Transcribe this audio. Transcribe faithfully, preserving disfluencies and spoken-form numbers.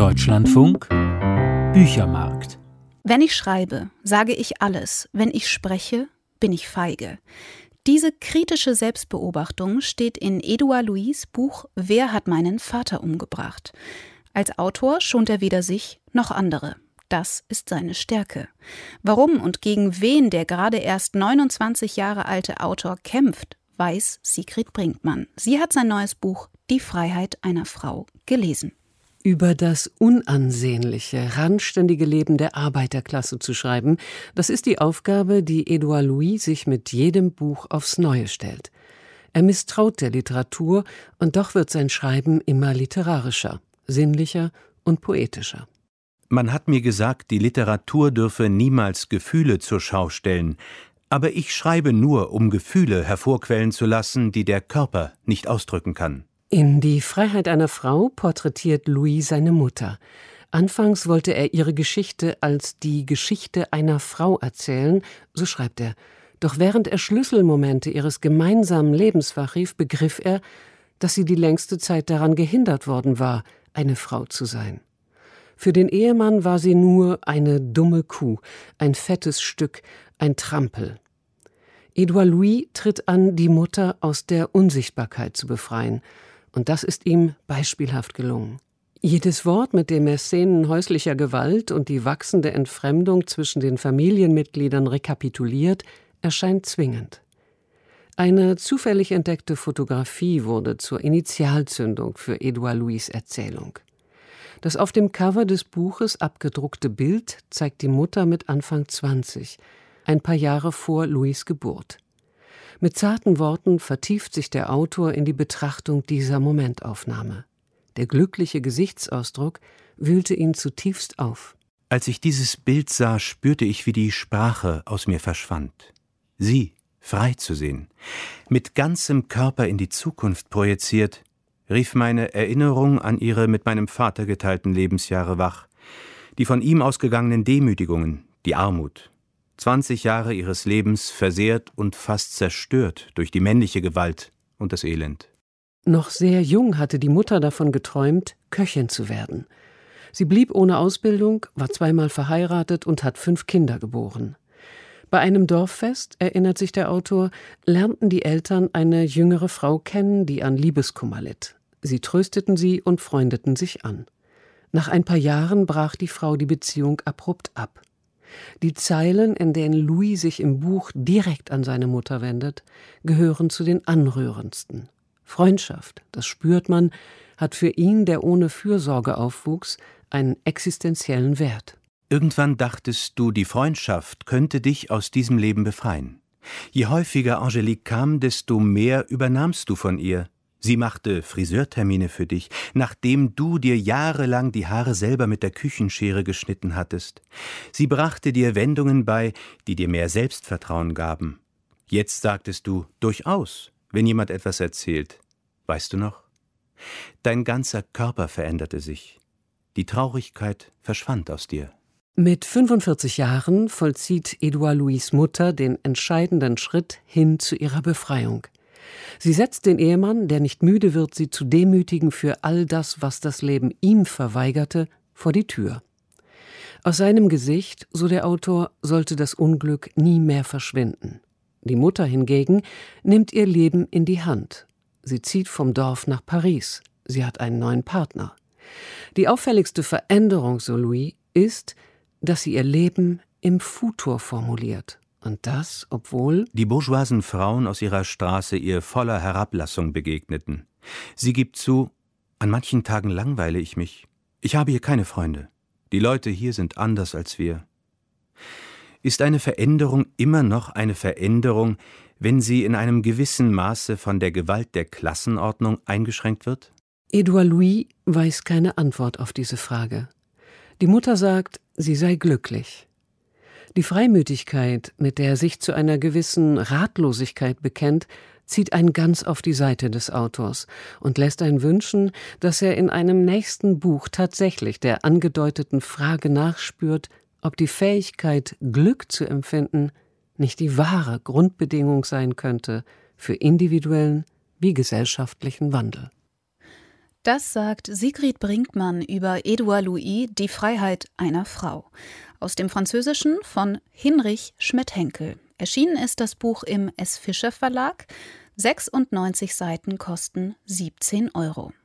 Deutschlandfunk Büchermarkt. Wenn ich schreibe, sage ich alles. Wenn ich spreche, bin ich feige. Diese kritische Selbstbeobachtung steht in Édouard Louis' Buch »Wer hat meinen Vater umgebracht?« Als Autor schont er weder sich noch andere. Das ist seine Stärke. Warum und gegen wen der gerade erst neunundzwanzig Jahre alte Autor kämpft, weiß Sigrid Brinkmann. Sie hat sein neues Buch »Die Freiheit einer Frau« gelesen. Über das unansehnliche, randständige Leben der Arbeiterklasse zu schreiben, das ist die Aufgabe, die Édouard Louis sich mit jedem Buch aufs Neue stellt. Er misstraut der Literatur, und doch wird sein Schreiben immer literarischer, sinnlicher und poetischer. Man hat mir gesagt, die Literatur dürfe niemals Gefühle zur Schau stellen, aber ich schreibe nur, um Gefühle hervorquellen zu lassen, die der Körper nicht ausdrücken kann. In »Die Freiheit einer Frau« porträtiert Louis seine Mutter. Anfangs wollte er ihre Geschichte als die Geschichte einer Frau erzählen, so schreibt er. Doch während er Schlüsselmomente ihres gemeinsamen Lebens wachrief, begriff er, dass sie die längste Zeit daran gehindert worden war, eine Frau zu sein. Für den Ehemann war sie nur eine dumme Kuh, ein fettes Stück, ein Trampel. Édouard Louis tritt an, die Mutter aus der Unsichtbarkeit zu befreien. Und das ist ihm beispielhaft gelungen. Jedes Wort, mit dem er Szenen häuslicher Gewalt und die wachsende Entfremdung zwischen den Familienmitgliedern rekapituliert, erscheint zwingend. Eine zufällig entdeckte Fotografie wurde zur Initialzündung für Édouard Louis' Erzählung. Das auf dem Cover des Buches abgedruckte Bild zeigt die Mutter mit Anfang zwanzig, ein paar Jahre vor Louis' Geburt. Mit zarten Worten vertieft sich der Autor in die Betrachtung dieser Momentaufnahme. Der glückliche Gesichtsausdruck wühlte ihn zutiefst auf. Als ich dieses Bild sah, spürte ich, wie die Sprache aus mir verschwand. Sie frei zu sehen, mit ganzem Körper in die Zukunft projiziert, rief meine Erinnerung an ihre mit meinem Vater geteilten Lebensjahre wach, die von ihm ausgegangenen Demütigungen, die Armut. Zwanzig Jahre ihres Lebens versehrt und fast zerstört durch die männliche Gewalt und das Elend. Noch sehr jung hatte die Mutter davon geträumt, Köchin zu werden. Sie blieb ohne Ausbildung, war zweimal verheiratet und hat fünf Kinder geboren. Bei einem Dorffest, erinnert sich der Autor, lernten die Eltern eine jüngere Frau kennen, die an Liebeskummer litt. Sie trösteten sie und freundeten sich an. Nach ein paar Jahren brach die Frau die Beziehung abrupt ab. Die Zeilen, in denen Louis sich im Buch direkt an seine Mutter wendet, gehören zu den anrührendsten. Freundschaft, das spürt man, hat für ihn, der ohne Fürsorge aufwuchs, einen existenziellen Wert. Irgendwann dachtest du, die Freundschaft könnte dich aus diesem Leben befreien. Je häufiger Angelique kam, desto mehr übernahmst du von ihr. Sie machte Friseurtermine für dich, nachdem du dir jahrelang die Haare selber mit der Küchenschere geschnitten hattest. Sie brachte dir Wendungen bei, die dir mehr Selbstvertrauen gaben. Jetzt sagtest du durchaus, wenn jemand etwas erzählt. Weißt du noch? Dein ganzer Körper veränderte sich. Die Traurigkeit verschwand aus dir. Mit fünfundvierzig Jahren vollzieht Édouard Louis' Mutter den entscheidenden Schritt hin zu ihrer Befreiung. Sie setzt den Ehemann, der nicht müde wird, sie zu demütigen für all das, was das Leben ihm verweigerte, vor die Tür. Aus seinem Gesicht, so der Autor, sollte das Unglück nie mehr verschwinden. Die Mutter hingegen nimmt ihr Leben in die Hand. Sie zieht vom Dorf nach Paris. Sie hat einen neuen Partner. Die auffälligste Veränderung, so Louis, ist, dass sie ihr Leben im Futur formuliert. Und das, obwohl die bourgeoisen Frauen aus ihrer Straße ihr voller Herablassung begegneten. Sie gibt zu, an manchen Tagen langweile ich mich. Ich habe hier keine Freunde. Die Leute hier sind anders als wir. Ist eine Veränderung immer noch eine Veränderung, wenn sie in einem gewissen Maße von der Gewalt der Klassenordnung eingeschränkt wird? Édouard Louis weiß keine Antwort auf diese Frage. Die Mutter sagt, sie sei glücklich. Die Freimütigkeit, mit der er sich zu einer gewissen Ratlosigkeit bekennt, zieht einen ganz auf die Seite des Autors und lässt einen wünschen, dass er in einem nächsten Buch tatsächlich der angedeuteten Frage nachspürt, ob die Fähigkeit, Glück zu empfinden, nicht die wahre Grundbedingung sein könnte für individuellen wie gesellschaftlichen Wandel. Das sagt Sigrid Brinkmann über Édouard Louis, Die Freiheit einer Frau. Aus dem Französischen von Hinrich Schmidt-Henkel. Erschienen ist das Buch im S. Fischer Verlag. sechsundneunzig Seiten kosten siebzehn Euro.